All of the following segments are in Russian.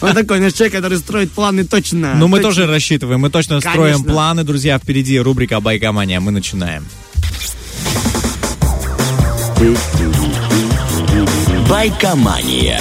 Он такой наш человек, который строит планы точно. Ну, мы тоже рассчитываем, мы точно строим планы, друзья. Впереди рубрика «Байкомания». Мы начинаем. Байкомания.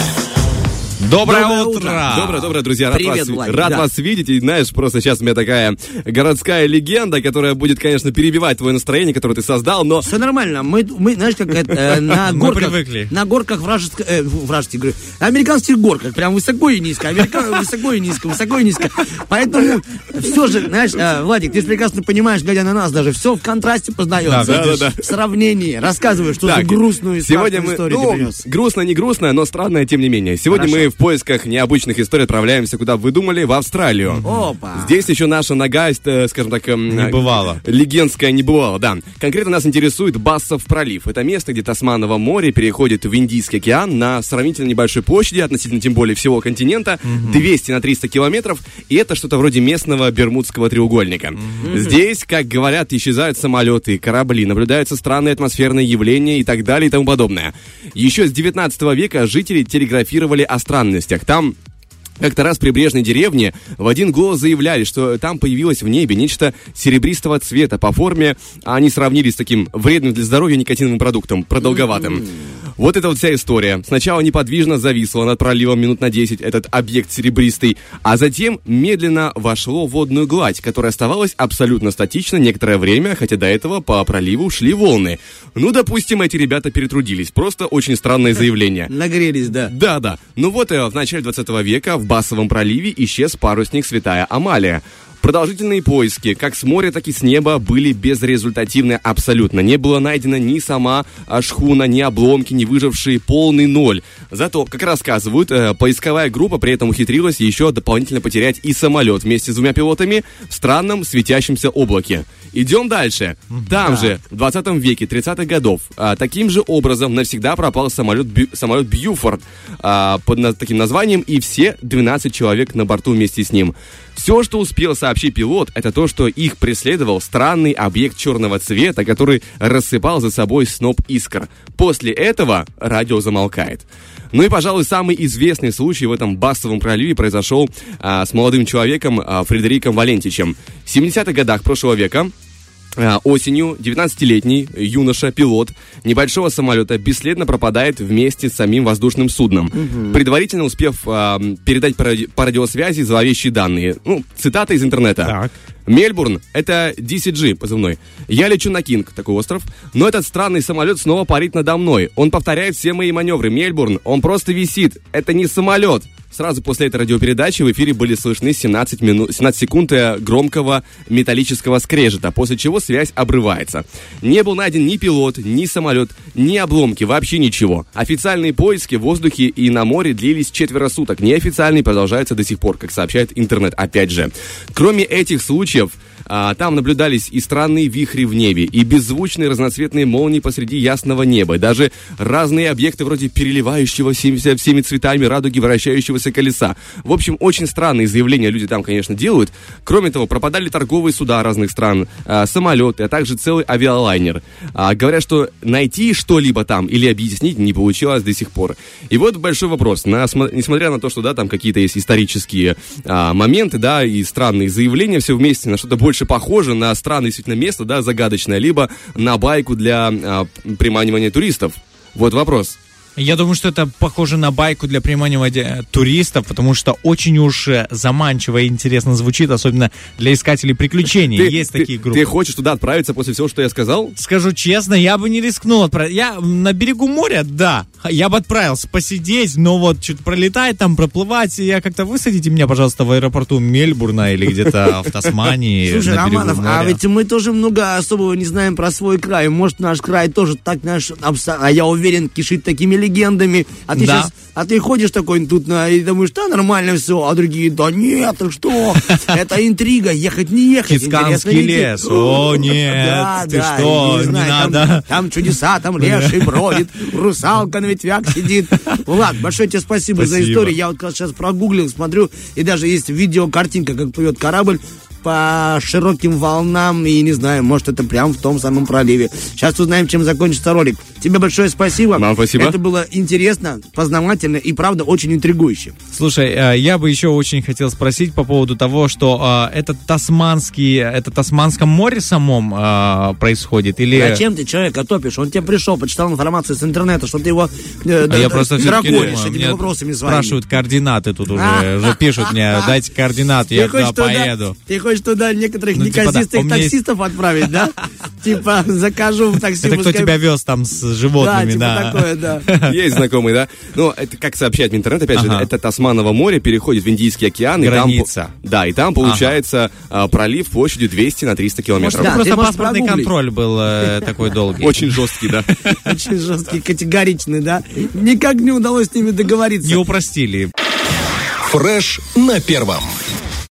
Доброе утро! Доброе, друзья. Привет, Влад. Рад вас видеть. И знаешь, просто сейчас у меня такая городская легенда, которая будет, конечно, перебивать твое настроение, которое ты создал, но... Все нормально. Мы знаешь, как на Мы горках... привыкли. На горках вражеских, говорю, американских горках. Прям высоко и низко. Высоко и низко, высоко и низко. Поэтому все же, знаешь, Владик, ты же прекрасно понимаешь, глядя на нас даже, все в контрасте познается. Да. В сравнении. Рассказывай, что за грустную сегодня историю ты принес. Грустно, не грустно, но странное, тем не менее. Сегодня мы в поисках необычных историй отправляемся, куда вы думали, в Австралию. Опа. Здесь еще наша нога, скажем так... Не бывало. Легендская не бывала, да. Конкретно нас интересует Бассов пролив. Это место, где Тасманово море переходит в Индийский океан на сравнительно небольшой площади, относительно тем более всего континента, 200 на 300 километров, и это что-то вроде местного Бермудского треугольника. Здесь, как говорят, исчезают самолеты, корабли, наблюдаются странные атмосферные явления и так далее и тому подобное. Еще с 19 века жители телеграфировали о странностях. Там как-то раз в прибрежной деревне в один голос заявляли, что там появилось в небе нечто серебристого цвета по форме, а они сравнили с таким вредным для здоровья никотиновым продуктом, продолговатым. Вот это вот вся история. Сначала неподвижно зависло над проливом минут на 10 этот объект серебристый, а затем медленно вошло в водную гладь, которая оставалась абсолютно статична некоторое время, хотя до этого по проливу шли волны. Ну, допустим, эти ребята перетрудились. Просто очень странное заявление. Нагрелись, да. Да. Ну вот в начале 20 века в Бассовом проливе исчез парусник «Святая Амалия». Продолжительные поиски, как с моря, так и с неба, были безрезультативны абсолютно. Не было найдено ни сама шхуна, ни обломки, ни выжившие, полный ноль. Зато, как рассказывают, поисковая группа при этом ухитрилась еще дополнительно потерять и самолет вместе с 2 пилотами в странном светящемся облаке. Идем дальше. Там же, в 20 веке, 30-х годов, таким же образом навсегда пропал самолет Бьюфорд под таким названием, и все 12 человек на борту вместе с ним. Все, что успел сообщить пилот, это то, что их преследовал странный объект черного цвета, который рассыпал за собой сноп искр. После этого радио замолкает. Ну и, пожалуй, самый известный случай в этом Бассовом проливе произошел с молодым человеком Фредериком Валентичем. В 70-х годах прошлого века осенью 19-летний юноша-пилот небольшого самолета бесследно пропадает вместе с самим воздушным судном, предварительно успев передать по радиосвязи зловещие данные. Ну, цитата из интернета. Так. Мельбурн — это DCG позывной. Я лечу на Кинг, такой остров, но этот странный самолет снова парит надо мной. Он повторяет все мои маневры. Мельбурн, он просто висит. Это не самолет. Сразу после этой радиопередачи в эфире были слышны 17 секунд громкого металлического скрежета, после чего связь обрывается. Не был найден ни пилот, ни самолет, ни обломки, вообще ничего. Официальные поиски в воздухе и на море длились 4 суток. Неофициальные продолжаются до сих пор, как сообщает интернет, опять же. Кроме этих случаев, там наблюдались и странные вихри в небе, и беззвучные разноцветные молнии посреди ясного неба, даже разные объекты вроде переливающегося всеми цветами радуги вращающегося колеса. В общем, очень странные заявления люди там, конечно, делают. Кроме того, пропадали торговые суда разных стран, самолеты, а также целый авиалайнер. Говорят, что найти что-либо там или объяснить не получилось до сих пор. И вот большой вопрос. Несмотря на то, что там какие-то есть исторические моменты, и странные заявления, все вместе на что-то больше похоже на странное действительно место, загадочное, либо на байку для приманивания туристов. Вот вопрос. Я думаю, что это похоже на байку для приманивания туристов, потому что очень уж заманчиво и интересно звучит, особенно для искателей приключений. Есть такие группы. Ты хочешь туда отправиться после всего, что я сказал? Скажу честно, я бы не рискнул отправиться. Я на берегу моря, да, я бы отправился посидеть, но вот что-то пролетать там, проплывать, я высадите меня, пожалуйста, в аэропорту Мельбурна или где-то в Тасмании. Слушай, Романов, а ведь мы тоже много особого не знаем про свой край. Может, наш край тоже так, а я уверен, кишит такими легендами, ты ходишь такой тут и думаешь, да, нормально все, а другие, да нет, что, это интрига, ехать не ехать. Кицканский лес, о нет, ты что, не надо. Там чудеса, там леший бродит, русалка на ветвях сидит. Влад, большое тебе спасибо за историю, я вот сейчас прогуглил, смотрю, и даже есть видеокартинка, как плывет корабль по широким волнам, и не знаю, может это прям в том самом проливе. Сейчас узнаем, чем закончится ролик. Тебе большое спасибо. Вам спасибо. Это было интересно, познавательно и, правда, очень интригующе. Слушай, я бы еще очень хотел спросить по поводу того, что это Тасманском море самом происходит? Или... Зачем ты человека топишь? Он тебе пришел, почитал информацию с интернета, что ты его я просто все-таки драконишь думаю, этими мне вопросами своими. спрашивают координаты тут уже пишут мне, дайте координаты, я туда поеду. Ты хочешь туда некоторых Ну, типа, неказистых да, у меня таксистов отправить, да? Типа, закажу в такси. Это кто тебя вез там с животными, да? да. Типа такое, да. Есть знакомый, да? Ну, это как сообщает мне интернет, опять же, это Тасманово море переходит в Индийский океан. Граница. И там получается пролив площадью 200 на 300 километров. Да, ты Просто можешь паспортный прогуглить. контроль был такой долгий. Очень жесткий, да. Очень жесткий, категоричный, да? Никак не удалось с ними договориться. Не упростили. Фреш на первом.